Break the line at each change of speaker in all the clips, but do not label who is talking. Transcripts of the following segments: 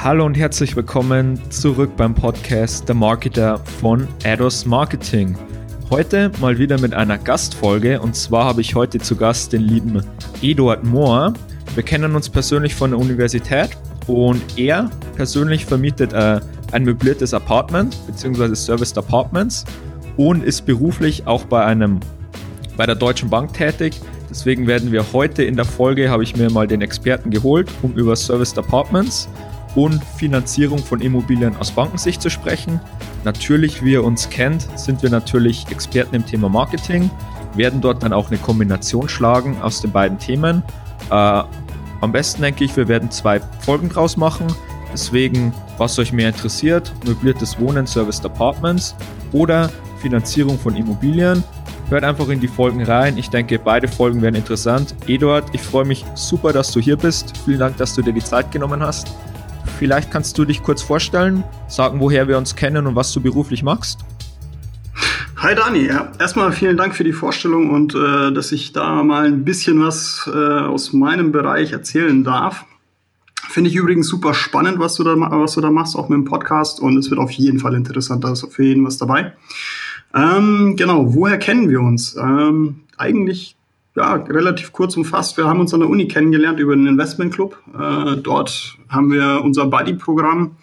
Hallo und herzlich willkommen zurück beim Podcast Der Marketer von Ados Marketing. Heute mal wieder mit einer Gastfolge, und zwar habe ich heute zu Gast den lieben Eduard Mohr. Wir kennen uns persönlich von der Universität und er persönlich vermietet ein möbliertes Apartment bzw. Serviced Apartments und ist beruflich auch bei der Deutschen Bank tätig. Deswegen werden wir heute in der Folge, habe ich mir mal den Experten geholt, um über Serviced Apartments und Finanzierung von Immobilien aus Bankensicht zu sprechen. Natürlich, wie ihr uns kennt, sind wir natürlich Experten im Thema Marketing, werden dort dann auch eine Kombination schlagen aus den beiden Themen. Am besten denke ich, wir werden 2 Folgen draus machen. Deswegen, was euch mehr interessiert, möbliertes Wohnen, Serviced Apartments oder Finanzierung von Immobilien, hört einfach in die Folgen rein. Ich denke, beide Folgen werden interessant. Eduard, ich freue mich super, dass du hier bist. Vielen Dank, dass du dir die Zeit genommen hast. Vielleicht kannst du dich kurz vorstellen, sagen, woher wir uns kennen und was du beruflich machst.
Hi Dani, ja, erstmal vielen Dank für die Vorstellung und dass ich da mal ein bisschen was aus meinem Bereich erzählen darf. Finde ich übrigens super spannend, was du da machst, auch mit dem Podcast, und es wird auf jeden Fall interessant, da ist für jeden was dabei. Genau, woher kennen wir uns? Eigentlich relativ kurz umfasst. Wir haben uns an der Uni kennengelernt über den Investmentclub. Dort haben wir unser Buddy-Programm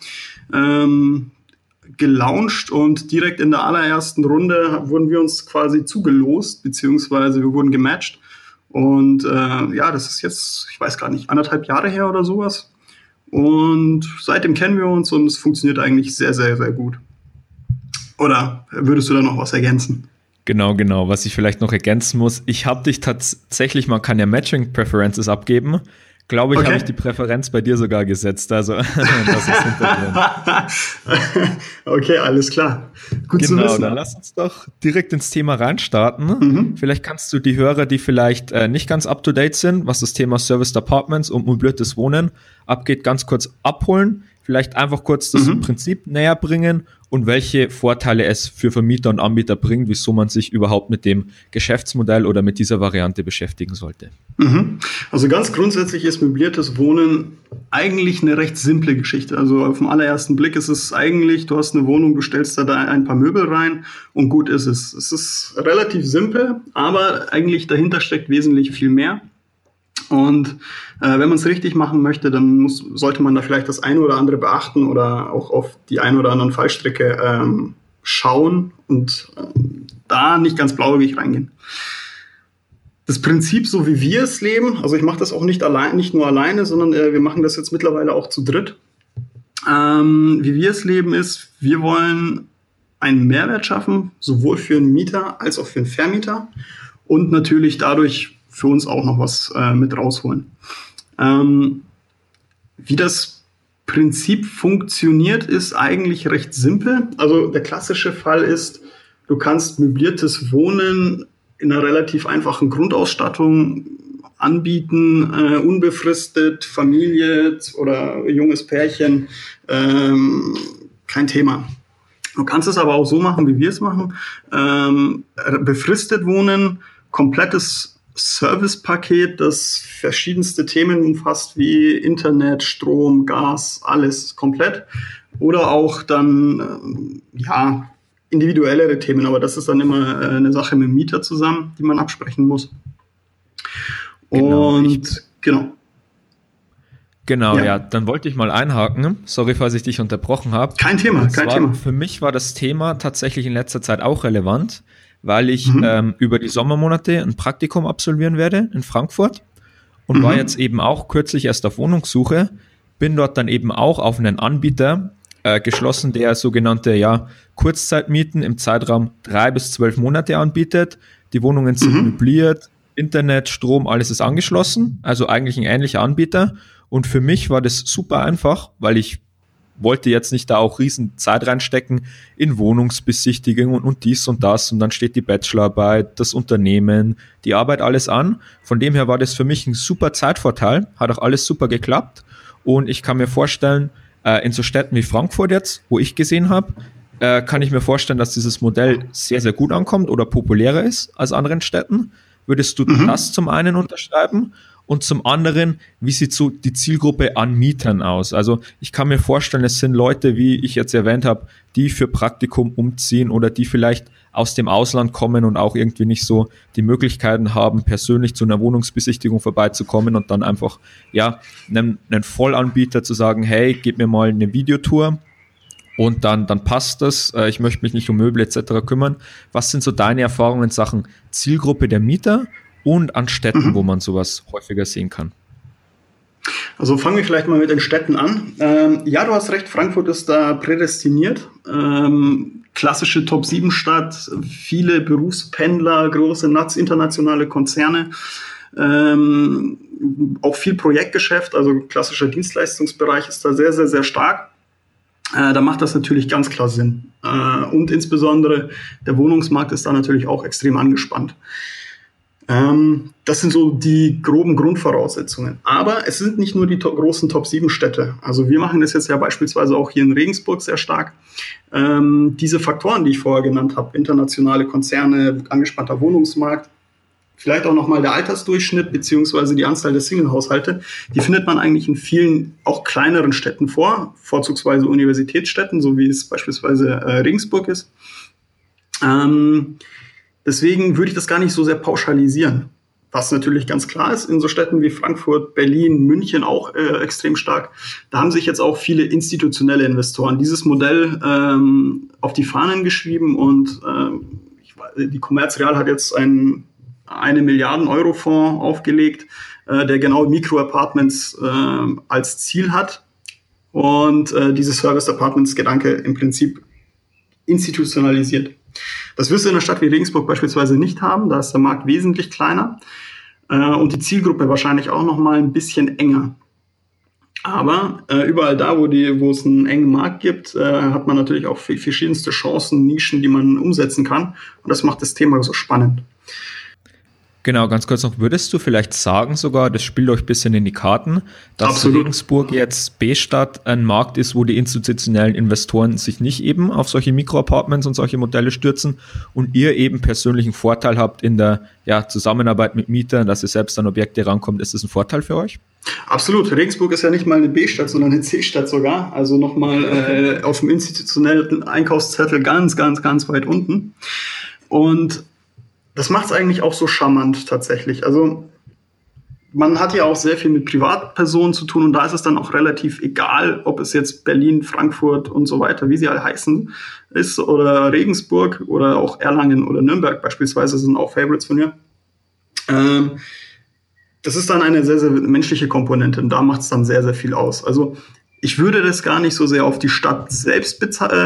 gelauncht und direkt in der allerersten Runde wurden wir uns quasi zugelost, beziehungsweise wir wurden gematcht. Und das ist jetzt, ich weiß gar nicht, 1,5 Jahre her oder sowas. Und seitdem kennen wir uns und es funktioniert eigentlich sehr, sehr, sehr gut. Oder würdest du da noch was ergänzen?
Genau. Was ich vielleicht noch ergänzen muss, ich habe dich tatsächlich, man kann ja Matching Preferences abgeben. Glaube ich, okay. Habe ich die Präferenz bei dir sogar gesetzt. Also, das ist hinter dir.
Okay, alles klar. Gut zu wissen.
Genau, dann lass uns doch direkt ins Thema reinstarten. Vielleicht kannst du die Hörer, die vielleicht nicht ganz up-to-date sind, was das Thema Serviced Apartments und möbliertes Wohnen abgeht, ganz kurz abholen. Vielleicht einfach kurz das Prinzip näher bringen und welche Vorteile es für Vermieter und Anbieter bringt, wieso man sich überhaupt mit dem Geschäftsmodell oder mit dieser Variante beschäftigen sollte.
Also ganz grundsätzlich ist möbliertes Wohnen eigentlich eine recht simple Geschichte. Also auf den allerersten Blick ist es eigentlich, du hast eine Wohnung, du stellst da ein paar Möbel rein und gut ist es. Es ist relativ simpel, aber eigentlich dahinter steckt wesentlich viel mehr. Und wenn man es richtig machen möchte, dann sollte man da vielleicht das eine oder andere beachten oder auch auf die ein oder anderen Fallstricke schauen und da nicht ganz blauäugig reingehen. Das Prinzip, so wie wir es leben, also ich mache das auch nicht nur alleine, sondern wir machen das jetzt mittlerweile auch zu dritt. Wie wir es leben ist, wir wollen einen Mehrwert schaffen, sowohl für einen Mieter als auch für einen Vermieter und natürlich dadurch für uns auch noch was mit rausholen. Wie das Prinzip funktioniert, ist eigentlich recht simpel. Also der klassische Fall ist, du kannst möbliertes Wohnen in einer relativ einfachen Grundausstattung anbieten, unbefristet, Familie oder junges Pärchen, kein Thema. Du kannst es aber auch so machen, wie wir es machen, befristet wohnen, komplettes Servicepaket, das verschiedenste Themen umfasst, wie Internet, Strom, Gas, alles komplett. Oder auch dann, individuellere Themen, aber das ist dann immer eine Sache mit dem Mieter zusammen, die man absprechen muss.
Genau, ja, dann wollte ich mal einhaken. Sorry, falls ich dich unterbrochen habe.
Kein Thema.
Für mich war das Thema tatsächlich in letzter Zeit auch relevant, weil ich über die Sommermonate ein Praktikum absolvieren werde in Frankfurt und war jetzt eben auch kürzlich erst auf Wohnungssuche, bin dort dann eben auch auf einen Anbieter geschlossen, der sogenannte Kurzzeitmieten im Zeitraum 3 bis 12 Monate anbietet. Die Wohnungen sind möbliert, Internet, Strom, alles ist angeschlossen, also eigentlich ein ähnlicher Anbieter. Und für mich war das super einfach, weil ich wollte jetzt nicht da auch riesen Zeit reinstecken in Wohnungsbesichtigungen und dies und das, und dann steht die Bachelorarbeit, das Unternehmen, die Arbeit, alles an. Von dem her war das für mich ein super Zeitvorteil, hat auch alles super geklappt, und ich kann mir vorstellen, in so Städten wie Frankfurt jetzt, wo ich gesehen habe, kann ich mir vorstellen, dass dieses Modell sehr, sehr gut ankommt oder populärer ist als anderen Städten, Würdest du das zum einen unterschreiben? Und zum anderen, wie sieht so die Zielgruppe an Mietern aus? Also ich kann mir vorstellen, es sind Leute, wie ich jetzt erwähnt habe, die für Praktikum umziehen oder die vielleicht aus dem Ausland kommen und auch irgendwie nicht so die Möglichkeiten haben, persönlich zu einer Wohnungsbesichtigung vorbeizukommen und dann einfach einen Vollanbieter zu sagen, hey, gib mir mal eine Videotour und dann passt das, ich möchte mich nicht um Möbel etc. kümmern. Was sind so deine Erfahrungen in Sachen Zielgruppe der Mieter und an Städten, wo man sowas häufiger sehen kann?
Also fangen wir vielleicht mal mit den Städten an. Ja, du hast recht, Frankfurt ist da prädestiniert. Klassische Top-7-Stadt, viele Berufspendler, große internationale Konzerne, auch viel Projektgeschäft, also klassischer Dienstleistungsbereich ist da sehr, sehr, sehr stark. Da macht das natürlich ganz klar Sinn. Und insbesondere der Wohnungsmarkt ist da natürlich auch extrem angespannt. Das sind so die groben Grundvoraussetzungen. Aber es sind nicht nur die großen Top-7-Städte. Also wir machen das jetzt ja beispielsweise auch hier in Regensburg sehr stark. Diese Faktoren, die ich vorher genannt habe, internationale Konzerne, angespannter Wohnungsmarkt, vielleicht auch nochmal der Altersdurchschnitt beziehungsweise die Anzahl der Single-Haushalte, die findet man eigentlich in vielen auch kleineren Städten vor, vorzugsweise Universitätsstädten, so wie es beispielsweise Regensburg ist. Deswegen würde ich das gar nicht so sehr pauschalisieren. Was natürlich ganz klar ist, in so Städten wie Frankfurt, Berlin, München auch extrem stark. Da haben sich jetzt auch viele institutionelle Investoren dieses Modell auf die Fahnen geschrieben und die Commerz Real hat jetzt einen 1 Milliarden Euro Fonds aufgelegt, der genau Mikroapartments als Ziel hat und diese Service Apartments Gedanke im Prinzip institutionalisiert. Das wirst du in einer Stadt wie Regensburg beispielsweise nicht haben, da ist der Markt wesentlich kleiner und die Zielgruppe wahrscheinlich auch noch mal ein bisschen enger. Aber überall da, wo es einen engen Markt gibt, hat man natürlich auch verschiedenste Chancen, Nischen, die man umsetzen kann und das macht das Thema so spannend.
Genau, ganz kurz noch, würdest du vielleicht sagen sogar, das spielt euch ein bisschen in die Karten, dass
Absolut.
Regensburg jetzt B-Stadt ein Markt ist, wo die institutionellen Investoren sich nicht eben auf solche Mikroapartments und solche Modelle stürzen und ihr eben persönlichen Vorteil habt in der Zusammenarbeit mit Mietern, dass ihr selbst an Objekte rankommt, ist das ein Vorteil für euch?
Absolut. Regensburg ist ja nicht mal eine B-Stadt, sondern eine C-Stadt sogar. Also nochmal auf dem institutionellen Einkaufszettel ganz, ganz, ganz weit unten. Und das macht es eigentlich auch so charmant tatsächlich. Also man hat ja auch sehr viel mit Privatpersonen zu tun und da ist es dann auch relativ egal, ob es jetzt Berlin, Frankfurt und so weiter, wie sie alle heißen, ist oder Regensburg oder auch Erlangen oder Nürnberg beispielsweise sind auch Favorites von mir. Das ist dann eine sehr, sehr menschliche Komponente und da macht es dann sehr, sehr viel aus. Also ich würde das gar nicht so sehr auf die Stadt selbst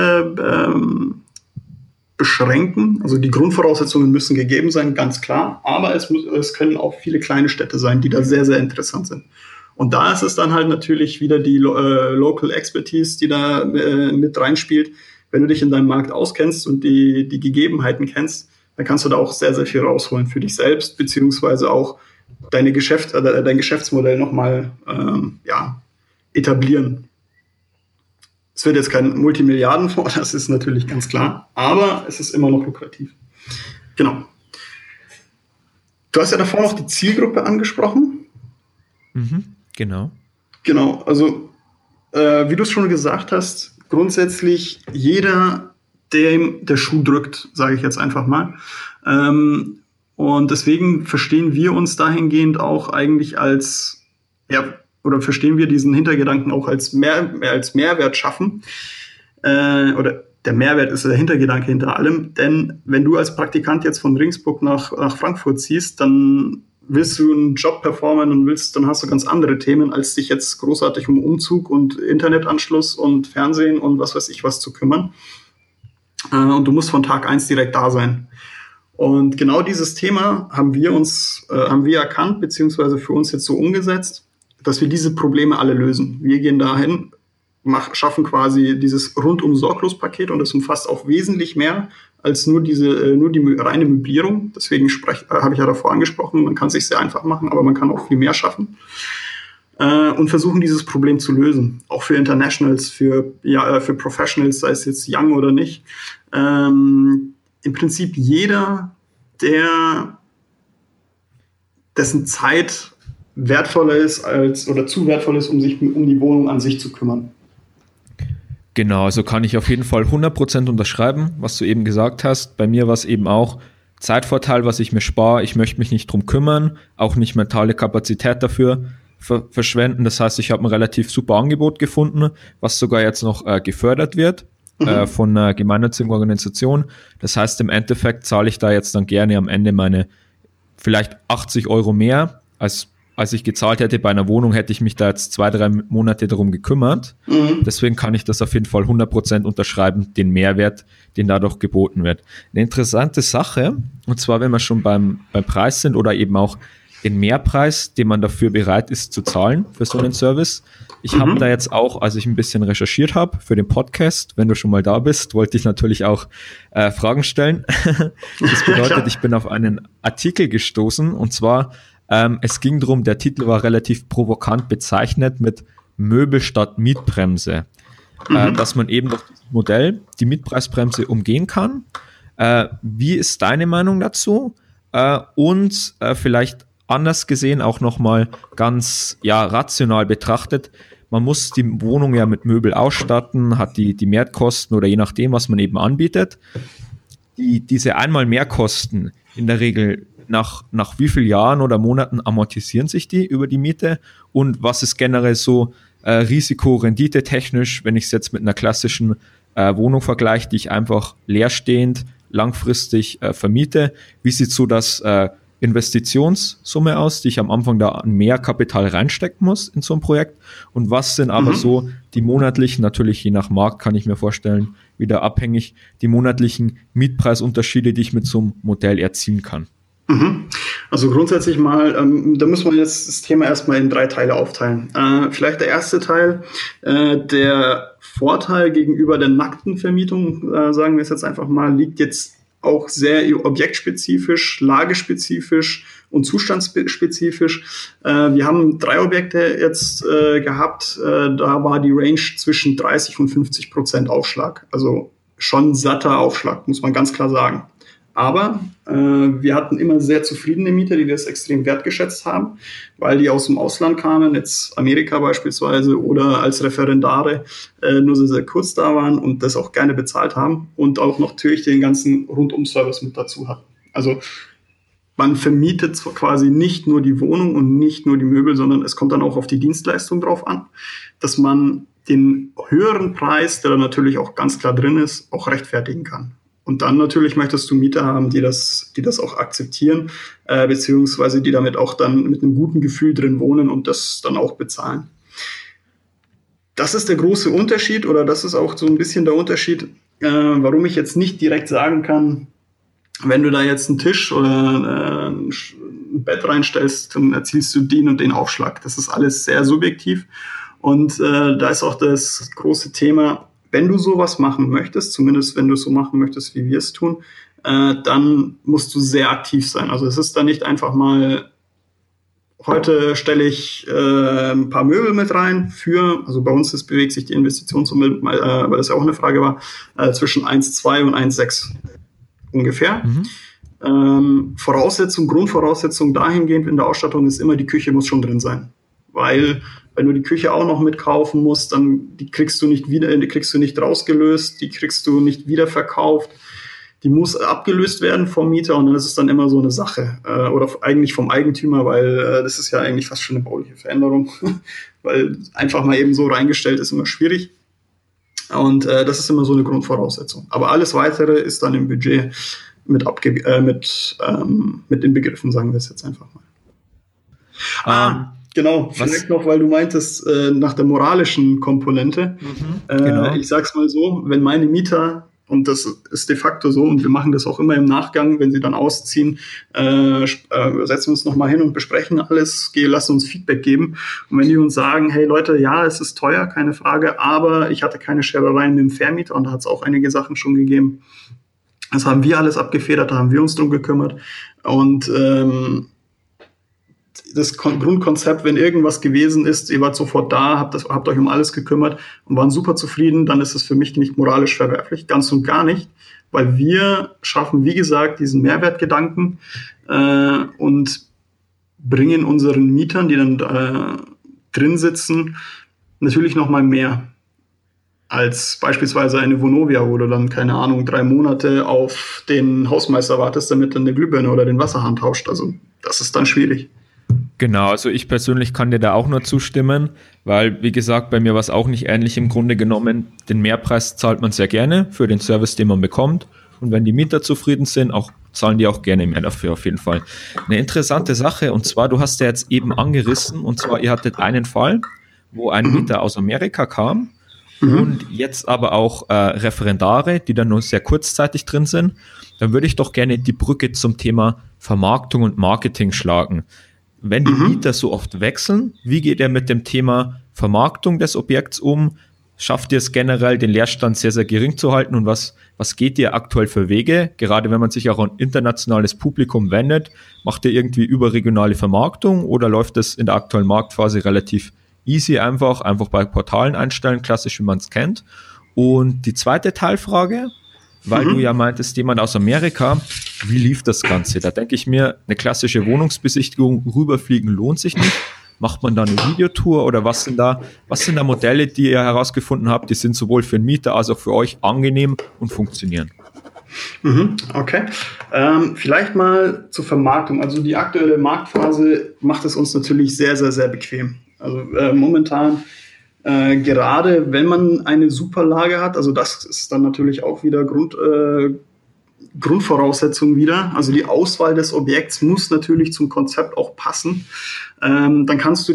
beschränken. Also die Grundvoraussetzungen müssen gegeben sein, ganz klar. Aber es können auch viele kleine Städte sein, die da sehr, sehr interessant sind. Und da ist es dann halt natürlich wieder die Local Expertise, die da mit reinspielt. Wenn du dich in deinem Markt auskennst und die Gegebenheiten kennst, dann kannst du da auch sehr, sehr viel rausholen für dich selbst, beziehungsweise auch dein Geschäftsmodell nochmal etablieren. Es wird jetzt kein Multimilliardenfonds, das ist natürlich ganz klar, aber es ist immer noch lukrativ. Genau. Du hast ja davor noch die Zielgruppe angesprochen.
Genau.
Genau, also wie du es schon gesagt hast, grundsätzlich jeder, dem der Schuh drückt, sage ich jetzt einfach mal. Und deswegen verstehen wir uns dahingehend auch eigentlich als, oder verstehen wir diesen Hintergedanken auch als Mehrwert schaffen. Oder der Mehrwert ist der Hintergedanke hinter allem. Denn wenn du als Praktikant jetzt von Regensburg nach Frankfurt ziehst, dann willst du einen Job performen und dann hast du ganz andere Themen, als dich jetzt großartig um Umzug und Internetanschluss und Fernsehen und was weiß ich was zu kümmern. Und du musst von Tag 1 direkt da sein. Und genau dieses Thema haben wir erkannt, beziehungsweise für uns jetzt so umgesetzt, dass wir diese Probleme alle lösen. Wir gehen dahin, schaffen quasi dieses Rundum-Sorglos-Paket und das umfasst auch wesentlich mehr als nur die reine Möblierung. Deswegen habe ich ja davor angesprochen, man kann es sich sehr einfach machen, aber man kann auch viel mehr schaffen. Und versuchen, dieses Problem zu lösen. Auch für Internationals, für Professionals, sei es jetzt young oder nicht. Im Prinzip jeder, der dessen Zeit wertvoller ist oder zu wertvoll ist, um sich um die Wohnung an sich zu kümmern.
Genau, also kann ich auf jeden Fall 100% unterschreiben, was du eben gesagt hast. Bei mir war es eben auch Zeitvorteil, was ich mir spare. Ich möchte mich nicht drum kümmern, auch nicht mentale Kapazität dafür verschwenden. Das heißt, ich habe ein relativ super Angebot gefunden, was sogar jetzt noch gefördert wird von einer gemeinnützigen Organisation. Das heißt, im Endeffekt zahle ich da jetzt dann gerne am Ende meine vielleicht 80 Euro mehr, als ich gezahlt hätte bei einer Wohnung, hätte ich mich da jetzt 2-3 Monate darum gekümmert. Deswegen kann ich das auf jeden Fall 100% unterschreiben, den Mehrwert, den dadurch geboten wird. Eine interessante Sache, und zwar, wenn wir schon beim Preis sind oder eben auch den Mehrpreis, den man dafür bereit ist zu zahlen für so einen Service. Ich habe da jetzt auch, als ich ein bisschen recherchiert habe für den Podcast, wenn du schon mal da bist, wollte ich natürlich auch Fragen stellen. Das bedeutet, ich bin auf einen Artikel gestoßen, und zwar es ging darum, der Titel war relativ provokant bezeichnet mit Möbel statt Mietbremse. Dass man eben durch dieses Modell die Mietpreisbremse umgehen kann. Wie ist deine Meinung dazu? Und vielleicht anders gesehen auch nochmal ganz rational betrachtet, man muss die Wohnung ja mit Möbel ausstatten, hat die Mehrkosten oder je nachdem, was man eben anbietet. Diese einmal Mehrkosten in der Regel nach wie vielen Jahren oder Monaten amortisieren sich die über die Miete, und was ist generell so Risiko-Rendite technisch, wenn ich es jetzt mit einer klassischen Wohnung vergleiche, die ich einfach leerstehend langfristig vermiete, wie sieht so das Investitionssumme aus, die ich am Anfang da an mehr Kapital reinstecken muss in so ein Projekt, und was sind aber so die monatlichen, natürlich je nach Markt kann ich mir vorstellen, wieder abhängig, die monatlichen Mietpreisunterschiede, die ich mit so einem Modell erzielen kann.
Also grundsätzlich mal, da muss man jetzt das Thema erstmal in 3 Teile aufteilen. Vielleicht der erste Teil, der Vorteil gegenüber der nackten Vermietung, sagen wir es jetzt einfach mal, liegt jetzt auch sehr objektspezifisch, lagespezifisch und zustandsspezifisch. Wir haben 3 Objekte jetzt gehabt, da war die Range zwischen 30% und 50% Aufschlag. Also schon satter Aufschlag, muss man ganz klar sagen. Aber wir hatten immer sehr zufriedene Mieter, die das extrem wertgeschätzt haben, weil die aus dem Ausland kamen, jetzt Amerika beispielsweise, oder als Referendare nur sehr, sehr kurz da waren und das auch gerne bezahlt haben und auch noch natürlich den ganzen Rundum-Service mit dazu hatten. Also man vermietet zwar quasi nicht nur die Wohnung und nicht nur die Möbel, sondern es kommt dann auch auf die Dienstleistung drauf an, dass man den höheren Preis, der da natürlich auch ganz klar drin ist, auch rechtfertigen kann. Und dann natürlich möchtest du Mieter haben, die das auch akzeptieren, beziehungsweise die damit auch dann mit einem guten Gefühl drin wohnen und das dann auch bezahlen. Das ist der große Unterschied, oder das ist auch so ein bisschen der Unterschied, warum ich jetzt nicht direkt sagen kann, wenn du da jetzt einen Tisch oder ein Bett reinstellst, dann erzielst du den und den Aufschlag. Das ist alles sehr subjektiv. Und da ist auch das große Thema, wenn du sowas machen möchtest, zumindest wenn du es so machen möchtest, wie wir es tun, dann musst du sehr aktiv sein. Also es ist dann nicht einfach mal, heute stelle ich ein paar Möbel mit rein also bei uns bewegt sich die Investitionssumme, weil das ja auch eine Frage war, zwischen 1,2 und 1,6 ungefähr. Grundvoraussetzung dahingehend in der Ausstattung ist immer, die Küche muss schon drin sein. Weil wenn du die Küche auch noch mitkaufen musst, dann die kriegst du nicht rausgelöst, die kriegst du nicht wieder verkauft. Die muss abgelöst werden vom Mieter, und dann ist es dann immer so eine Sache. Oder eigentlich vom Eigentümer, weil das ist ja eigentlich fast schon eine bauliche Veränderung. Weil einfach mal eben so reingestellt ist immer schwierig. Und das ist immer so eine Grundvoraussetzung. Aber alles Weitere ist dann im Budget mit inbegriffen, sagen wir es jetzt einfach mal. Genau, vielleicht noch, weil du meintest, nach der moralischen Komponente. Genau. Ich sag's mal so, wenn meine Mieter, und das ist de facto so, und wir machen das auch immer im Nachgang, wenn sie dann ausziehen, setzen wir uns nochmal hin und besprechen alles, lassen uns Feedback geben. Und wenn die uns sagen, hey Leute, ja, es ist teuer, keine Frage, aber ich hatte keine Scherereien mit dem Vermieter, und da hat es auch einige Sachen schon gegeben. Das haben wir alles abgefedert, da haben wir uns drum gekümmert. Und das Grundkonzept, wenn irgendwas gewesen ist, ihr wart sofort da, habt euch um alles gekümmert und waren super zufrieden, dann ist es für mich nicht moralisch verwerflich, ganz und gar nicht, weil wir schaffen, wie gesagt, diesen Mehrwertgedanken und bringen unseren Mietern, die dann drin sitzen, natürlich nochmal mehr als beispielsweise eine Vonovia, wo du dann, keine Ahnung, 3 Monate auf den Hausmeister wartest, damit dann eine Glühbirne oder den Wasserhahn tauscht. Also das ist dann schwierig.
Genau, also ich persönlich kann dir da auch nur zustimmen, weil, wie gesagt, bei mir war es auch nicht ähnlich im Grunde genommen. Den Mehrpreis zahlt man sehr gerne für den Service, den man bekommt. Und wenn die Mieter zufrieden sind, zahlen die auch gerne mehr dafür auf jeden Fall. Eine interessante Sache, und zwar, du hast ja jetzt eben angerissen, und zwar, ihr hattet einen Fall, wo ein Mieter aus Amerika kam und jetzt aber auch Referendare, die dann nur sehr kurzzeitig drin sind. Dann würde ich doch gerne die Brücke zum Thema Vermarktung und Marketing schlagen. Wenn die Mieter so oft wechseln, wie geht ihr mit dem Thema Vermarktung des Objekts um? Schafft ihr es generell, den Leerstand sehr, sehr gering zu halten? Und was geht ihr aktuell für Wege? Gerade wenn man sich auch an internationales Publikum wendet, macht ihr irgendwie überregionale Vermarktung oder läuft das in der aktuellen Marktphase relativ easy einfach bei Portalen einstellen, klassisch wie man es kennt? Und die zweite Teilfrage, weil du ja meintest, jemand aus Amerika, wie lief das Ganze? Da denke ich mir, eine klassische Wohnungsbesichtigung, rüberfliegen lohnt sich nicht. Macht man da eine Videotour oder was sind da Modelle, die ihr herausgefunden habt, die sind sowohl für den Mieter als auch für euch angenehm und funktionieren?
Okay. Vielleicht mal zur Vermarktung. Also die aktuelle Marktphase macht es uns natürlich sehr, sehr, sehr bequem. Also momentan, gerade wenn man eine super Lage hat, also das ist dann natürlich auch wieder Grundvoraussetzung wieder. Also die Auswahl des Objekts muss natürlich zum Konzept auch passen. Dann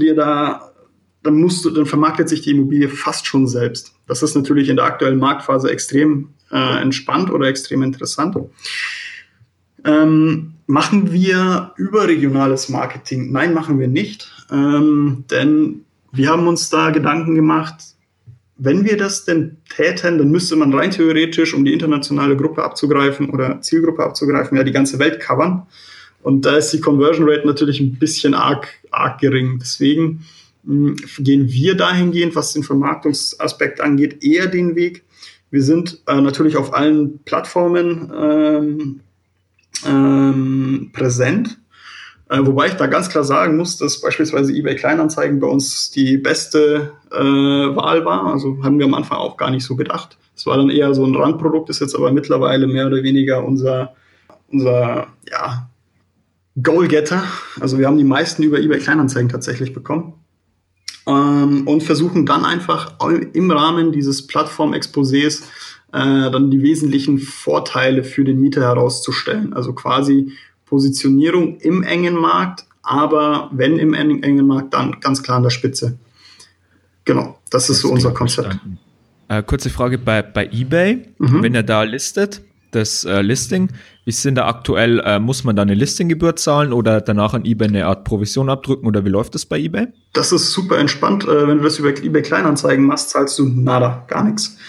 vermarktet sich die Immobilie fast schon selbst. Das ist natürlich in der aktuellen Marktphase extrem entspannt oder extrem interessant. Machen wir überregionales Marketing? Nein, machen wir nicht. Denn wir haben uns da Gedanken gemacht, wenn wir das denn täten, dann müsste man rein theoretisch, um die internationale Gruppe abzugreifen oder Zielgruppe abzugreifen, ja die ganze Welt covern. Und da ist die Conversion Rate natürlich ein bisschen arg gering. Deswegen gehen wir dahingehend, was den Vermarktungsaspekt angeht, eher den Weg. Wir sind natürlich auf allen Plattformen präsent. Wobei ich da ganz klar sagen muss, dass beispielsweise eBay Kleinanzeigen bei uns die beste Wahl war. Also haben wir am Anfang auch gar nicht so gedacht. Es war dann eher so ein Randprodukt, ist jetzt aber mittlerweile mehr oder weniger unser Goalgetter. Also wir haben die meisten über eBay Kleinanzeigen tatsächlich bekommen. Und versuchen dann einfach im Rahmen dieses Plattform-Exposés dann die wesentlichen Vorteile für den Mieter herauszustellen. Also quasi Positionierung im engen Markt, aber wenn im engen Markt, dann ganz klar an der Spitze. Genau, das ist so unser Konzept.
Kurze Frage bei eBay, wenn ihr da listet, das Listing, wie sind da aktuell, muss man da eine Listinggebühr zahlen oder danach an eBay eine Art Provision abdrücken oder wie läuft das bei eBay?
Das ist super entspannt. Wenn du das über eBay Kleinanzeigen machst, zahlst du nada, gar nichts.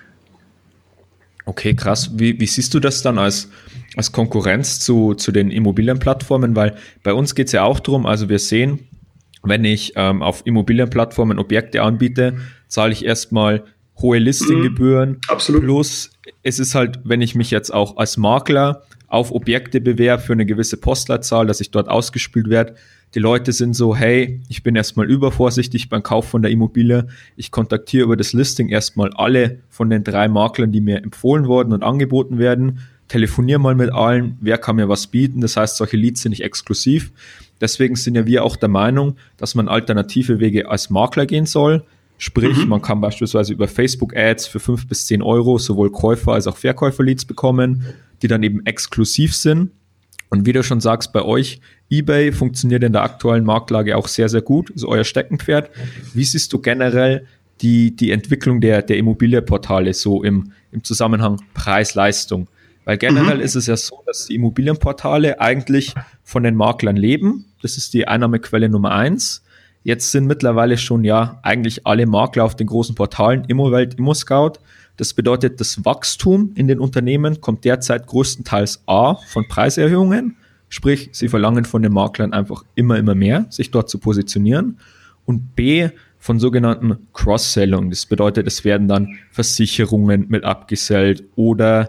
Okay, krass. Wie siehst du das dann als Konkurrenz zu den Immobilienplattformen? Weil bei uns geht es ja auch darum, also wir sehen, wenn ich auf Immobilienplattformen Objekte anbiete, zahle ich erstmal hohe Listinggebühren.
Absolut.
Plus es ist halt, wenn ich mich jetzt auch als Makler auf Objekte bewerbe für eine gewisse Postleitzahl, dass ich dort ausgespielt werde. Die Leute sind so, hey, ich bin erstmal übervorsichtig beim Kauf von der Immobilie. Ich kontaktiere über das Listing erstmal alle von den 3 Maklern, die mir empfohlen wurden und angeboten werden. Telefoniere mal mit allen, wer kann mir was bieten. Das heißt, solche Leads sind nicht exklusiv. Deswegen sind ja wir auch der Meinung, dass man alternative Wege als Makler gehen soll. Sprich, man kann beispielsweise über Facebook-Ads für 5 bis 10 Euro sowohl Käufer- als auch Verkäufer-Leads bekommen, die dann eben exklusiv sind. Und wie du schon sagst, bei euch, eBay funktioniert in der aktuellen Marktlage auch sehr, sehr gut, ist euer Steckenpferd. Wie siehst du generell die Entwicklung der Immobilienportale so im Zusammenhang Preis-Leistung? Weil generell ist es ja so, dass die Immobilienportale eigentlich von den Maklern leben. Das ist die Einnahmequelle Nummer 1. Jetzt sind mittlerweile schon eigentlich alle Makler auf den großen Portalen, Immowelt, ImmoScout. Das bedeutet, das Wachstum in den Unternehmen kommt derzeit größtenteils A von Preiserhöhungen, sprich, sie verlangen von den Maklern einfach immer mehr, sich dort zu positionieren, und B von sogenannten Cross-Selling. Das bedeutet, es werden dann Versicherungen mit abgesellt oder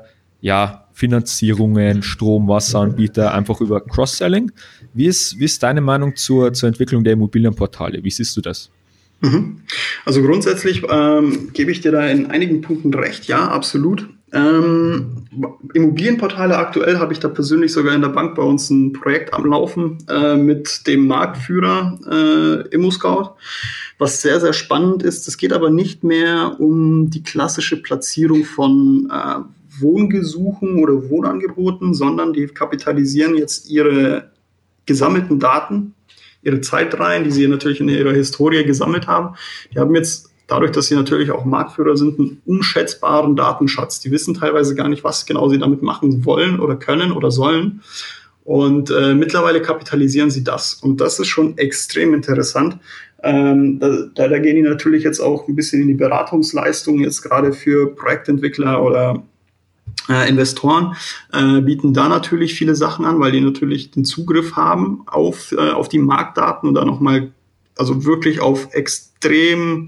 Finanzierungen, Strom, Wasseranbieter, einfach über Cross-Selling. Wie ist deine Meinung zur Entwicklung der Immobilienportale? Wie siehst du das?
Also grundsätzlich gebe ich dir da in einigen Punkten recht, ja, absolut. Immobilienportale aktuell habe ich da persönlich sogar in der Bank bei uns ein Projekt am Laufen mit dem Marktführer ImmoScout, was sehr, sehr spannend ist. Es geht aber nicht mehr um die klassische Platzierung von Wohngesuchen oder Wohnangeboten, sondern die kapitalisieren jetzt ihre gesammelten Daten, ihre Zeitreihen, die sie natürlich in ihrer Historie gesammelt haben. Die haben jetzt, dadurch, dass sie natürlich auch Marktführer sind, einen unschätzbaren Datenschatz. Die wissen teilweise gar nicht, was genau sie damit machen wollen oder können oder sollen. Und mittlerweile kapitalisieren sie das. Und das ist schon extrem interessant. Da gehen die natürlich jetzt auch ein bisschen in die Beratungsleistung, jetzt gerade für Projektentwickler oder Investoren, bieten da natürlich viele Sachen an, weil die natürlich den Zugriff haben auf die Marktdaten und da nochmal, also wirklich auf extrem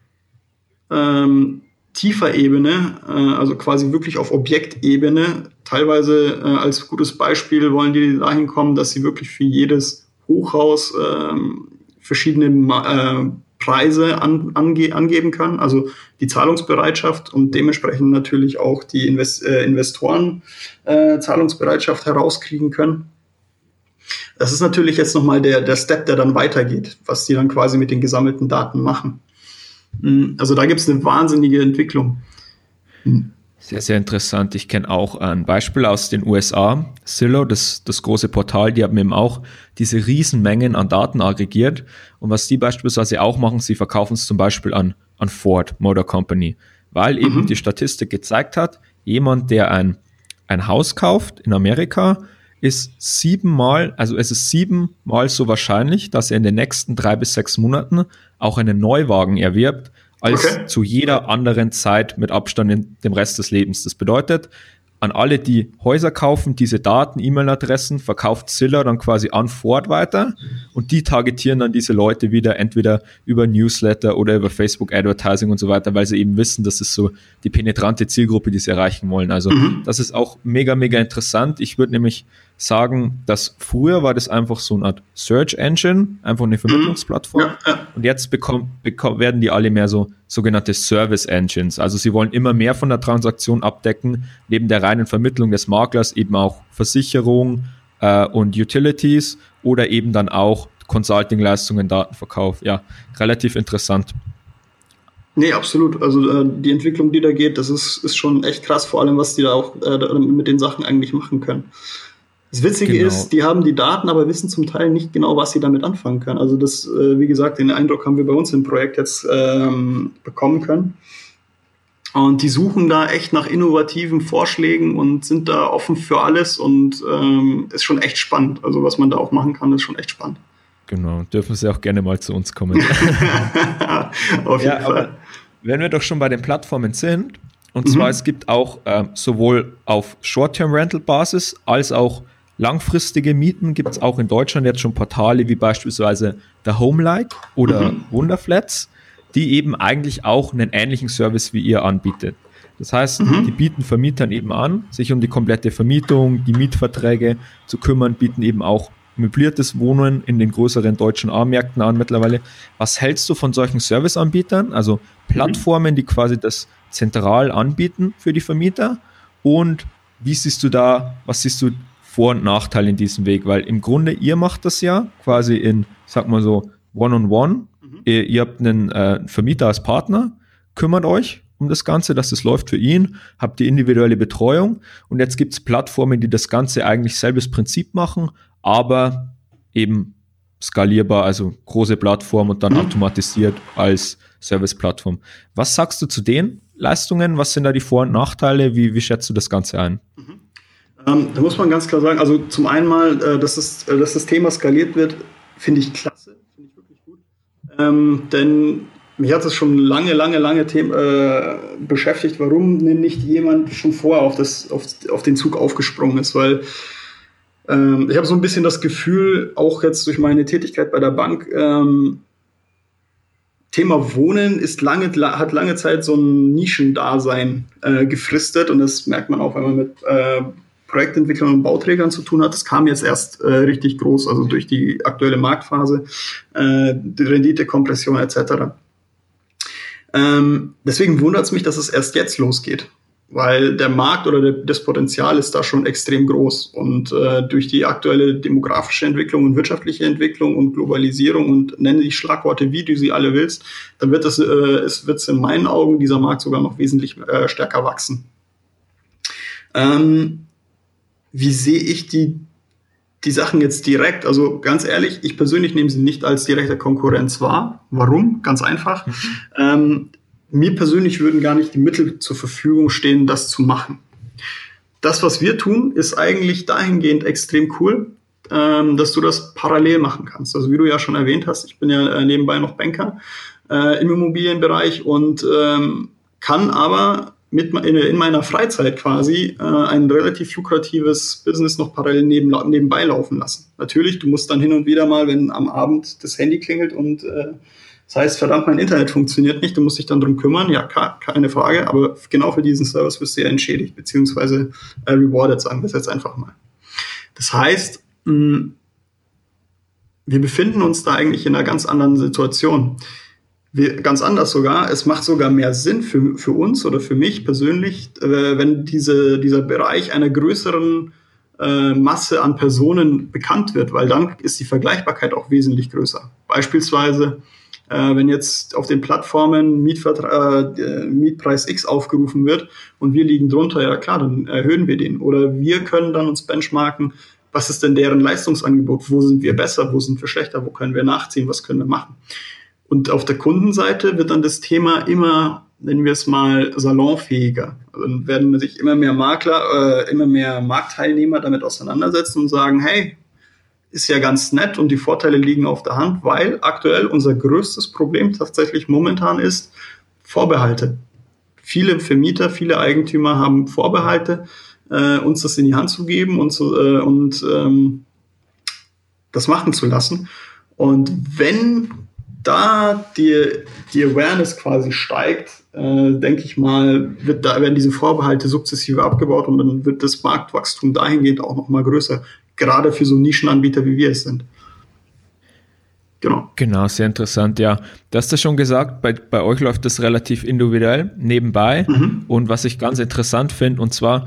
tiefer Ebene, also quasi wirklich auf Objektebene. Teilweise als gutes Beispiel wollen die dahin kommen, dass sie wirklich für jedes Hochhaus verschiedene Preise angeben können, also die Zahlungsbereitschaft und dementsprechend natürlich auch die Investoren Zahlungsbereitschaft herauskriegen können. Das ist natürlich jetzt nochmal der Step, der dann weitergeht, was die dann quasi mit den gesammelten Daten machen. Also da gibt es eine wahnsinnige Entwicklung.
Sehr, sehr interessant. Ich kenne auch ein Beispiel aus den USA, Zillow, das große Portal, die haben eben auch diese Riesenmengen an Daten aggregiert. Und was die beispielsweise auch machen, sie verkaufen es zum Beispiel an Ford Motor Company, weil eben die Statistik gezeigt hat, jemand, der ein Haus kauft in Amerika, ist es ist siebenmal so wahrscheinlich, dass er in den nächsten 3 bis 6 Monaten auch einen Neuwagen erwirbt, als zu jeder anderen Zeit mit Abstand in dem Rest des Lebens. Das bedeutet, an alle, die Häuser kaufen, diese Daten, E-Mail-Adressen, verkauft Zillow dann quasi an Ford weiter und die targetieren dann diese Leute wieder entweder über Newsletter oder über Facebook Advertising und so weiter, weil sie eben wissen, das ist so die penetrante Zielgruppe, die sie erreichen wollen. Also das ist auch mega, mega interessant. Ich würde nämlich sagen, dass früher war das einfach so eine Art Search Engine, einfach eine Vermittlungsplattform. Und jetzt werden die alle mehr so sogenannte Service Engines. Also sie wollen immer mehr von der Transaktion abdecken, neben der reinen Vermittlung des Maklers eben auch Versicherung und Utilities oder eben dann auch Consulting-Leistungen, Datenverkauf. Ja, relativ interessant.
Nee, absolut. Also die Entwicklung, die da geht, das ist schon echt krass, vor allem, was die da auch mit den Sachen eigentlich machen können. Das Witzige ist, die haben die Daten, aber wissen zum Teil nicht genau, was sie damit anfangen können. Also das, wie gesagt, den Eindruck haben wir bei uns im Projekt jetzt bekommen können. Und die suchen da echt nach innovativen Vorschlägen und sind da offen für alles und ist schon echt spannend. Also was man da auch machen kann, ist schon echt spannend.
Genau, dürfen Sie auch gerne mal zu uns kommen.
Auf jeden Fall. Aber
wenn wir doch schon bei den Plattformen sind, und zwar es gibt auch sowohl auf Short-Term-Rental-Basis als auch langfristige Mieten, gibt es auch in Deutschland jetzt schon Portale wie beispielsweise der Homelike oder Wunderflats, die eben eigentlich auch einen ähnlichen Service wie ihr anbietet. Das heißt, die bieten Vermietern eben an, sich um die komplette Vermietung, die Mietverträge zu kümmern, bieten eben auch möbliertes Wohnen in den größeren deutschen A-Märkten an mittlerweile. Was hältst du von solchen Serviceanbietern, also Plattformen, die quasi das zentral anbieten für die Vermieter? Und was siehst du Vor- und Nachteile in diesem Weg? Weil im Grunde, ihr macht das ja quasi in, sag mal so, One-on-One. Ihr habt einen Vermieter als Partner, kümmert euch um das Ganze, dass das läuft für ihn, habt die individuelle Betreuung und jetzt gibt es Plattformen, die das Ganze eigentlich selbes Prinzip machen, aber eben skalierbar, also große Plattform und dann automatisiert als Service-Plattform. Was sagst du zu den Leistungen? Was sind da die Vor- und Nachteile? Wie schätzt du das Ganze ein?
Da muss man ganz klar sagen, also zum einen mal, dass das Thema skaliert wird, finde ich klasse, finde ich wirklich gut. Denn mich hat es schon lange beschäftigt, warum nicht jemand schon vorher auf den Zug aufgesprungen ist, weil ich habe so ein bisschen das Gefühl, auch jetzt durch meine Tätigkeit bei der Bank, Thema Wohnen hat lange Zeit so ein Nischendasein gefristet und das merkt man auch, wenn man mit Projektentwicklern und Bauträgern zu tun hat. Das kam jetzt erst richtig groß, also durch die aktuelle Marktphase, die Renditekompression etc. Deswegen wundert es mich, dass es erst jetzt losgeht, weil der Markt oder das Potenzial ist da schon extrem groß und durch die aktuelle demografische Entwicklung und wirtschaftliche Entwicklung und Globalisierung und nenne die Schlagworte, wie du sie alle willst, dann wird es in meinen Augen dieser Markt sogar noch wesentlich stärker wachsen. Wie sehe ich die Sachen jetzt direkt? Also ganz ehrlich, ich persönlich nehme sie nicht als direkte Konkurrenz wahr. Warum? Ganz einfach. Mir persönlich würden gar nicht die Mittel zur Verfügung stehen, das zu machen. Das, was wir tun, ist eigentlich dahingehend extrem cool, dass du das parallel machen kannst. Also wie du ja schon erwähnt hast, ich bin ja nebenbei noch Banker im Immobilienbereich und kann aber in meiner Freizeit quasi ein relativ lukratives Business noch parallel nebenbei laufen lassen. Natürlich, du musst dann hin und wieder mal, wenn am Abend das Handy klingelt und das heißt, verdammt, mein Internet funktioniert nicht, du musst dich dann drum kümmern, ja, keine Frage, aber genau für diesen Service wirst du ja entschädigt, beziehungsweise rewarded, sagen wir es jetzt einfach mal. Das heißt, wir befinden uns da eigentlich in einer ganz anderen Situation. Ganz anders sogar, es macht sogar mehr Sinn für uns oder für mich persönlich, wenn dieser Bereich einer größeren Masse an Personen bekannt wird, weil dann ist die Vergleichbarkeit auch wesentlich größer. Beispielsweise, wenn jetzt auf den Plattformen Mietpreis X aufgerufen wird und wir liegen drunter, ja klar, dann erhöhen wir den. Oder wir können dann uns benchmarken, was ist denn deren Leistungsangebot, wo sind wir besser, wo sind wir schlechter, wo können wir nachziehen, was können wir machen. Und auf der Kundenseite wird dann das Thema immer, nennen wir es mal, salonfähiger. Also dann werden sich immer mehr Makler, immer mehr Marktteilnehmer damit auseinandersetzen und sagen, hey, ist ja ganz nett und die Vorteile liegen auf der Hand, weil aktuell unser größtes Problem tatsächlich momentan ist Vorbehalte. Viele Vermieter, viele Eigentümer haben Vorbehalte, uns das in die Hand zu geben und das machen zu lassen. Und wenn da die Awareness quasi steigt, denke ich mal, werden diese Vorbehalte sukzessive abgebaut und dann wird das Marktwachstum dahingehend auch noch mal größer, gerade für so Nischenanbieter, wie wir es sind.
Genau, sehr interessant, ja. Du hast ja schon gesagt, bei euch läuft das relativ individuell nebenbei und was ich ganz interessant finde, und zwar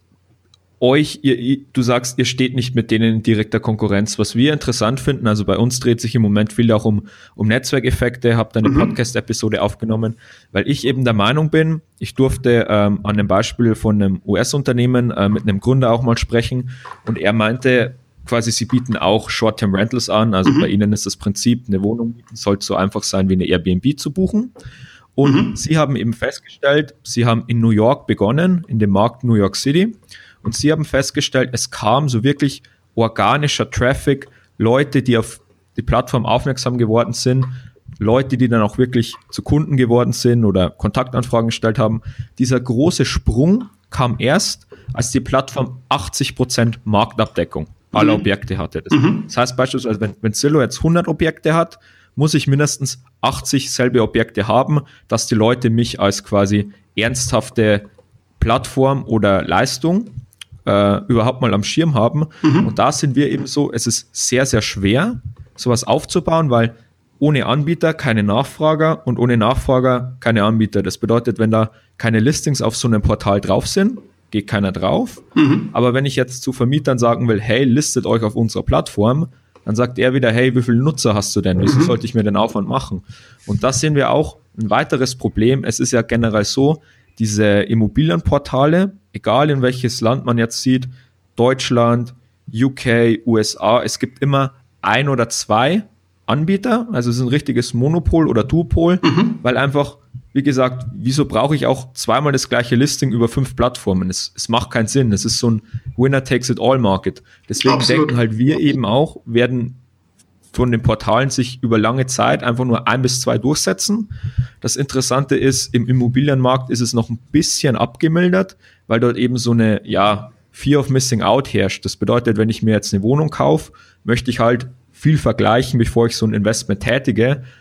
du sagst, ihr steht nicht mit denen in direkter Konkurrenz. Was wir interessant finden, also bei uns dreht sich im Moment viel auch um Netzwerkeffekte, habe da eine Podcast-Episode aufgenommen, weil ich eben der Meinung bin, ich durfte an einem Beispiel von einem US-Unternehmen mit einem Gründer auch mal sprechen und er meinte, quasi sie bieten auch Short-Term-Rentals an, also bei ihnen ist das Prinzip, eine Wohnung mieten sollte so einfach sein, wie eine Airbnb zu buchen. Und sie haben eben festgestellt, sie haben in New York begonnen, in dem Markt New York City, und sie haben festgestellt, es kam so wirklich organischer Traffic, Leute, die auf die Plattform aufmerksam geworden sind, Leute, die dann auch wirklich zu Kunden geworden sind oder Kontaktanfragen gestellt haben. Dieser große Sprung kam erst, als die Plattform 80% Marktabdeckung aller Objekte hatte. Das heißt beispielsweise, wenn Zillow jetzt 100 Objekte hat, muss ich mindestens 80 selbe Objekte haben, dass die Leute mich als quasi ernsthafte Plattform oder Leistung überhaupt mal am Schirm haben. Und da sind wir eben so, es ist sehr, sehr schwer, sowas aufzubauen, weil ohne Anbieter keine Nachfrager und ohne Nachfrager keine Anbieter. Das bedeutet, wenn da keine Listings auf so einem Portal drauf sind, geht keiner drauf. Aber wenn ich jetzt zu Vermietern sagen will, hey, listet euch auf unserer Plattform, dann sagt er wieder, hey, wie viele Nutzer hast du denn? Wieso sollte ich mir den Aufwand machen? Und das sehen wir auch ein weiteres Problem. Es ist ja generell so, diese Immobilienportale, egal in welches Land man jetzt sieht, Deutschland, UK, USA, es gibt immer ein oder zwei Anbieter, also es ist ein richtiges Monopol oder Duopol, weil einfach, wie gesagt, wieso brauche ich auch zweimal das gleiche Listing über 5 Plattformen? Es macht keinen Sinn, es ist so ein Winner-Takes-it-all-Market. Deswegen denken halt wir eben auch, werden von den Portalen sich über lange Zeit einfach nur 1 bis 2 durchsetzen. Das Interessante ist, im Immobilienmarkt ist es noch ein bisschen abgemildert, weil dort eben so eine, Fear of Missing Out herrscht. Das bedeutet, wenn ich mir jetzt eine Wohnung kaufe, möchte ich halt viel vergleichen, bevor ich so ein Investment tätige.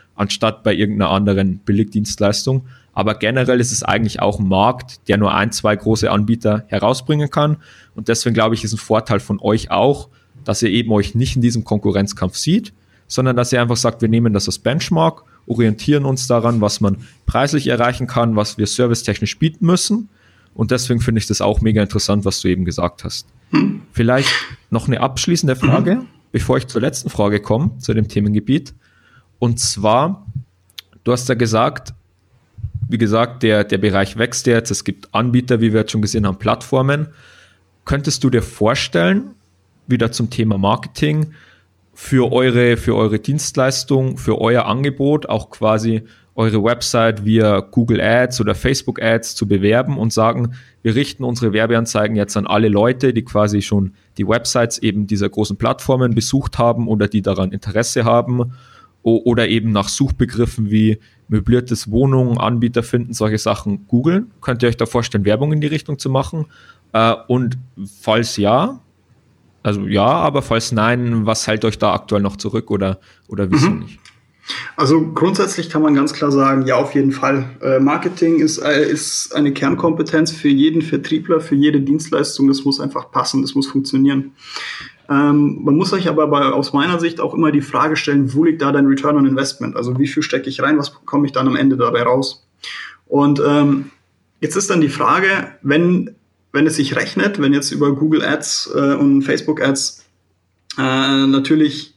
anstatt bei irgendeiner anderen Billigdienstleistung. Aber generell ist es eigentlich auch ein Markt, der nur 1, 2 große Anbieter herausbringen kann. Und deswegen glaube ich, ist ein Vorteil von euch auch, dass ihr eben euch nicht in diesem Konkurrenzkampf sieht, sondern dass ihr einfach sagt, wir nehmen das als Benchmark, orientieren uns daran, was man preislich erreichen kann, was wir servicetechnisch bieten müssen. Und deswegen finde ich das auch mega interessant, was du eben gesagt hast. Vielleicht noch eine abschließende Frage, bevor ich zur letzten Frage komme, zu dem Themengebiet. Und zwar, du hast ja gesagt, wie gesagt, der Bereich wächst jetzt, es gibt Anbieter, wie wir jetzt schon gesehen haben, Plattformen. Könntest du dir vorstellen, wieder zum Thema Marketing, für eure Dienstleistung, für euer Angebot auch quasi eure Website via Google Ads oder Facebook Ads zu bewerben und sagen, wir richten unsere Werbeanzeigen jetzt an alle Leute, die quasi schon die Websites eben dieser großen Plattformen besucht haben oder die daran Interesse haben oder eben nach Suchbegriffen wie möbliertes Wohnungen, Anbieter finden, solche Sachen googeln. Könnt ihr euch da vorstellen, Werbung in die Richtung zu machen? Und falls ja, also ja, aber falls nein, was hält euch da aktuell noch zurück oder wieso nicht?
Also grundsätzlich kann man ganz klar sagen, ja, auf jeden Fall. Marketing ist eine Kernkompetenz für jeden Vertriebler, für jede Dienstleistung. Das muss einfach passen, das muss funktionieren. Man muss sich aber aus meiner Sicht auch immer die Frage stellen, wo liegt da dein Return on Investment? Also wie viel stecke ich rein, was bekomme ich dann am Ende dabei raus? Und jetzt ist dann die Frage, wenn es sich rechnet, wenn jetzt über Google Ads und Facebook Ads natürlich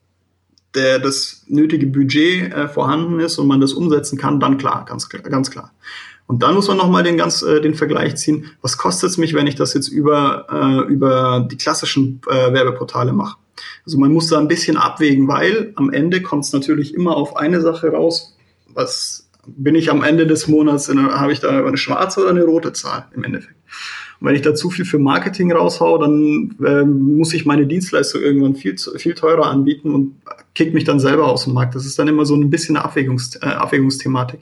das nötige Budget vorhanden ist und man das umsetzen kann, dann klar, ganz klar. Und dann muss man nochmal den Vergleich ziehen, was kostet es mich, wenn ich das jetzt über die klassischen Werbeportale mache. Also man muss da ein bisschen abwägen, weil am Ende kommt es natürlich immer auf eine Sache raus, was bin ich am Ende des Monats, habe ich da eine schwarze oder eine rote Zahl im Endeffekt. Und wenn ich da zu viel für Marketing raushau, dann muss ich meine Dienstleistung irgendwann viel teurer anbieten und kickt mich dann selber aus dem Markt. Das ist dann immer so ein bisschen eine Abwägungsthematik.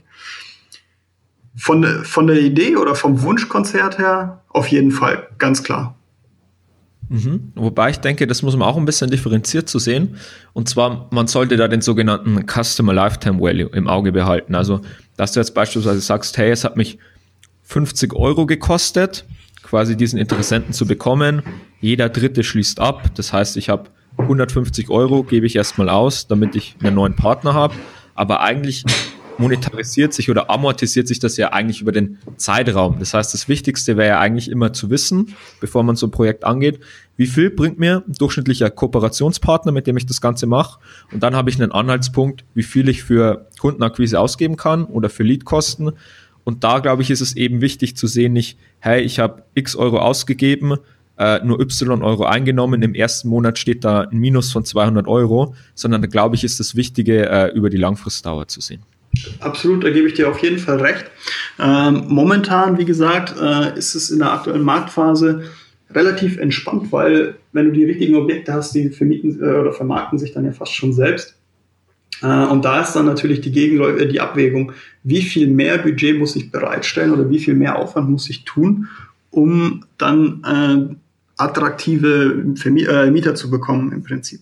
Von der Idee oder vom Wunschkonzert her auf jeden Fall, ganz klar.
Wobei ich denke, das muss man auch ein bisschen differenziert zu sehen. Und zwar, man sollte da den sogenannten Customer Lifetime Value im Auge behalten. Also, dass du jetzt beispielsweise sagst, hey, es hat mich 50 € gekostet, quasi diesen Interessenten zu bekommen. Jeder Dritte schließt ab. Das heißt, ich habe 150 € gebe ich erstmal aus, damit ich einen neuen Partner habe. Aber eigentlich monetarisiert sich oder amortisiert sich das ja eigentlich über den Zeitraum. Das heißt, das Wichtigste wäre ja eigentlich immer zu wissen, bevor man so ein Projekt angeht, wie viel bringt mir ein durchschnittlicher Kooperationspartner, mit dem ich das Ganze mache. Und dann habe ich einen Anhaltspunkt, wie viel ich für Kundenakquise ausgeben kann oder für Leadkosten. Und da, glaube ich, ist es eben wichtig zu sehen, nicht, hey, ich habe x Euro ausgegeben, nur y Euro eingenommen, im ersten Monat steht da ein Minus von 200 €, sondern da, glaube ich, ist das Wichtige, über die Langfristdauer zu sehen.
Absolut, da gebe ich dir auf jeden Fall recht. Momentan, wie gesagt, ist es in der aktuellen Marktphase relativ entspannt, weil wenn du die richtigen Objekte hast, die vermieten oder vermarkten sich dann ja fast schon selbst. Und da ist dann natürlich die Abwägung, wie viel mehr Budget muss ich bereitstellen oder wie viel mehr Aufwand muss ich tun, um dann attraktive Mieter zu bekommen im Prinzip.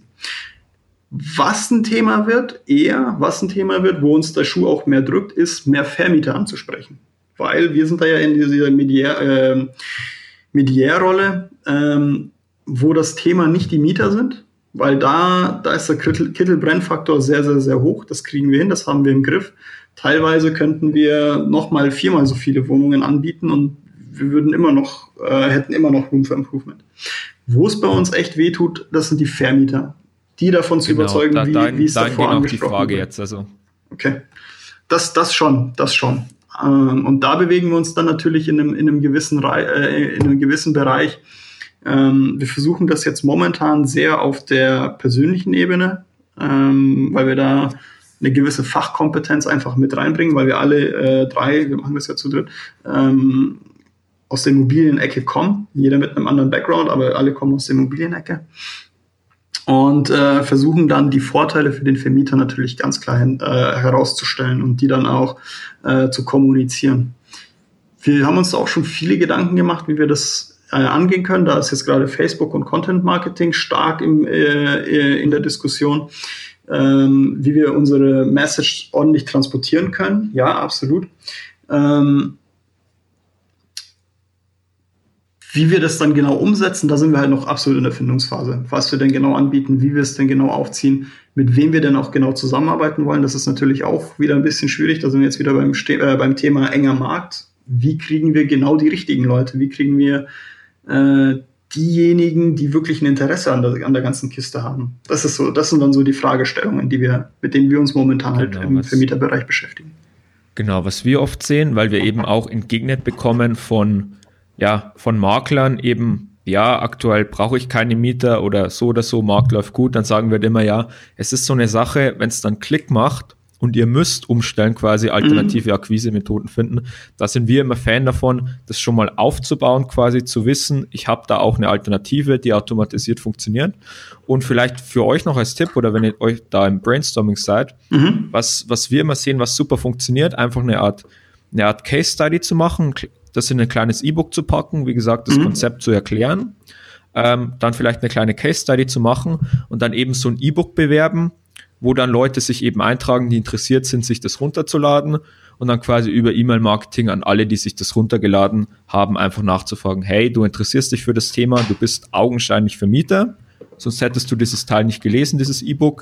Was ein Thema wird, wo uns der Schuh auch mehr drückt, ist, mehr Vermieter anzusprechen. Weil wir sind da ja in dieser Mediärrolle, wo das Thema nicht die Mieter sind, weil da ist der Kittel-Brennfaktor sehr, sehr, sehr hoch. Das kriegen wir hin, das haben wir im Griff. Teilweise könnten wir nochmal 4-mal so viele Wohnungen anbieten und wir würden hätten immer noch Room for Improvement. Wo es bei uns echt wehtut, das sind die Vermieter. Die davon zu überzeugen, wie es davor angesprochen
Frage
wird.
jetzt, also.
Okay, das schon. Und da bewegen wir uns dann natürlich in einem gewissen Bereich. Wir versuchen das jetzt momentan sehr auf der persönlichen Ebene, weil wir da eine gewisse Fachkompetenz einfach mit reinbringen, weil wir alle wir machen das ja zu dritt, aus der Immobilienecke kommen. Jeder mit einem anderen Background, aber alle kommen aus der Immobilienecke. Und versuchen dann die Vorteile für den Vermieter natürlich ganz klar herauszustellen und die dann auch zu kommunizieren. Wir haben uns auch schon viele Gedanken gemacht, wie wir das angehen können. Da ist jetzt gerade Facebook und Content Marketing stark in der Diskussion. wie wir unsere Message ordentlich transportieren können. Ja, absolut. Wie wir das dann genau umsetzen, da sind wir halt noch absolut in der Findungsphase. Was wir denn genau anbieten, wie wir es denn genau aufziehen, mit wem wir denn auch genau zusammenarbeiten wollen, das ist natürlich auch wieder ein bisschen schwierig. Da sind wir jetzt wieder beim Thema enger Markt. Wie kriegen wir genau die richtigen Leute? Wie kriegen wir diejenigen, die wirklich ein Interesse an der ganzen Kiste haben? Das sind dann so die Fragestellungen, mit denen wir uns momentan halt im Vermieterbereich beschäftigen.
Genau, was wir oft sehen, weil wir eben auch entgegnet bekommen von Maklern eben, ja, aktuell brauche ich keine Mieter oder so, Markt läuft gut, dann sagen wir immer, ja, es ist so eine Sache, wenn es dann Klick macht und ihr müsst umstellen, quasi alternative Akquisemethoden finden, da sind wir immer Fan davon, das schon mal aufzubauen, quasi zu wissen, ich habe da auch eine Alternative, die automatisiert funktioniert. Und vielleicht für euch noch als Tipp, oder wenn ihr euch da im Brainstorming seid, was wir immer sehen, was super funktioniert, einfach eine Art Case Study zu machen, das in ein kleines E-Book zu packen, wie gesagt, das Konzept zu erklären, dann vielleicht eine kleine Case Study zu machen und dann eben so ein E-Book bewerben, wo dann Leute sich eben eintragen, die interessiert sind, sich das runterzuladen und dann quasi über E-Mail-Marketing an alle, die sich das runtergeladen haben, einfach nachzufragen, hey, du interessierst dich für das Thema, du bist augenscheinlich Vermieter, sonst hättest du dieses Teil nicht gelesen, dieses E-Book,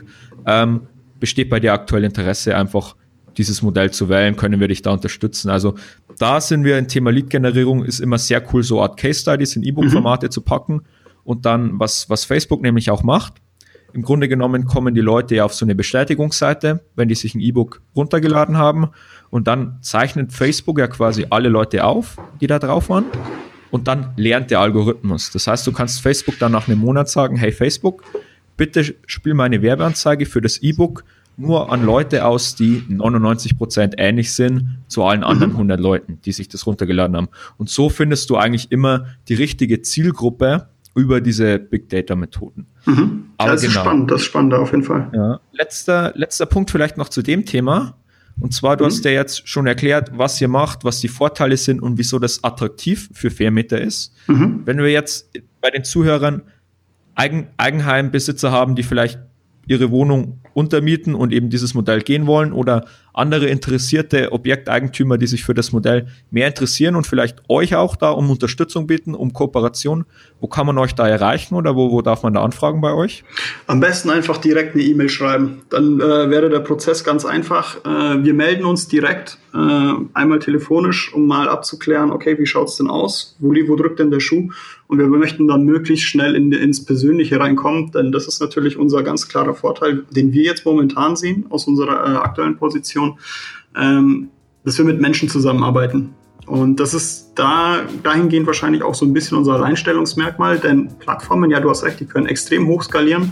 besteht bei dir aktuell Interesse, einfach dieses Modell zu wählen, können wir dich da unterstützen. Also da sind wir im Thema Lead-Generierung, ist immer sehr cool, so Art Case-Studies in E-Book-Formate zu packen und dann, was Facebook nämlich auch macht, im Grunde genommen kommen die Leute ja auf so eine Bestätigungsseite, wenn die sich ein E-Book runtergeladen haben und dann zeichnet Facebook ja quasi alle Leute auf, die da drauf waren und dann lernt der Algorithmus. Das heißt, du kannst Facebook dann nach einem Monat sagen, hey Facebook, bitte spiel meine Werbeanzeige für das E-Book nur an Leute aus, die 99% ähnlich sind zu allen anderen 100 Leuten, die sich das runtergeladen haben. Und so findest du eigentlich immer die richtige Zielgruppe über diese Big Data Methoden. Aber
das ist spannend, das ist spannend auf jeden Fall.
Ja. Letzter Punkt vielleicht noch zu dem Thema. Und zwar, du hast ja jetzt schon erklärt, was ihr macht, was die Vorteile sind und wieso das attraktiv für Vermieter ist. Wenn wir jetzt bei den Zuhörern Eigenheimbesitzer haben, die vielleicht ihre Wohnung untermieten und eben dieses Modell gehen wollen oder andere interessierte Objekteigentümer, die sich für das Modell mehr interessieren und vielleicht euch auch da um Unterstützung bitten, um Kooperation. Wo kann man euch da erreichen oder wo darf man da anfragen bei euch?
Am besten einfach direkt eine E-Mail schreiben. Dann wäre der Prozess ganz einfach. Wir melden uns direkt, einmal telefonisch, um mal abzuklären, okay, wie schaut es denn aus? Wo drückt denn der Schuh? Und wir möchten dann möglichst schnell ins Persönliche reinkommen, denn das ist natürlich unser ganz klarer Vorteil, den wir jetzt momentan sehen aus unserer aktuellen Position, dass wir mit Menschen zusammenarbeiten. Und das ist dahingehend wahrscheinlich auch so ein bisschen unser Alleinstellungsmerkmal, denn Plattformen, ja, du hast recht, die können extrem hoch skalieren.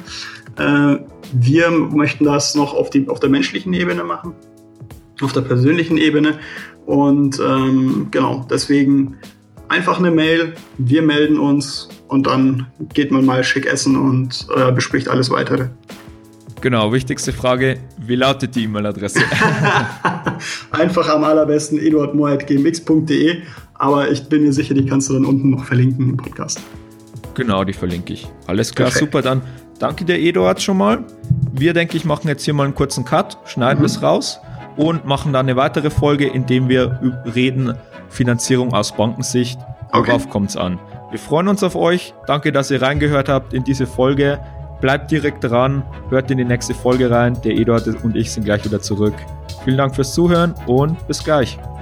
Wir möchten das noch auf der menschlichen Ebene machen, auf der persönlichen Ebene. Und genau, deswegen einfach eine Mail, wir melden uns und dann geht man mal schick essen und bespricht alles Weitere.
Genau, wichtigste Frage, wie lautet die E-Mail-Adresse?
Einfach am allerbesten eduardmohr@gmx.de, aber ich bin mir sicher, die kannst du dann unten noch verlinken im Podcast.
Genau, die verlinke ich. Alles klar,
Perfekt.
Super, dann danke dir, Eduard, schon mal. Wir, denke ich, machen jetzt hier mal einen kurzen Cut, schneiden es raus und machen dann eine weitere Folge, in dem wir reden, Finanzierung aus Bankensicht, worauf kommt es an. Wir freuen uns auf euch, danke, dass ihr reingehört habt in diese Folge. Bleibt direkt dran, hört in die nächste Folge rein. Der Eduard und ich sind gleich wieder zurück. Vielen Dank fürs Zuhören und bis gleich.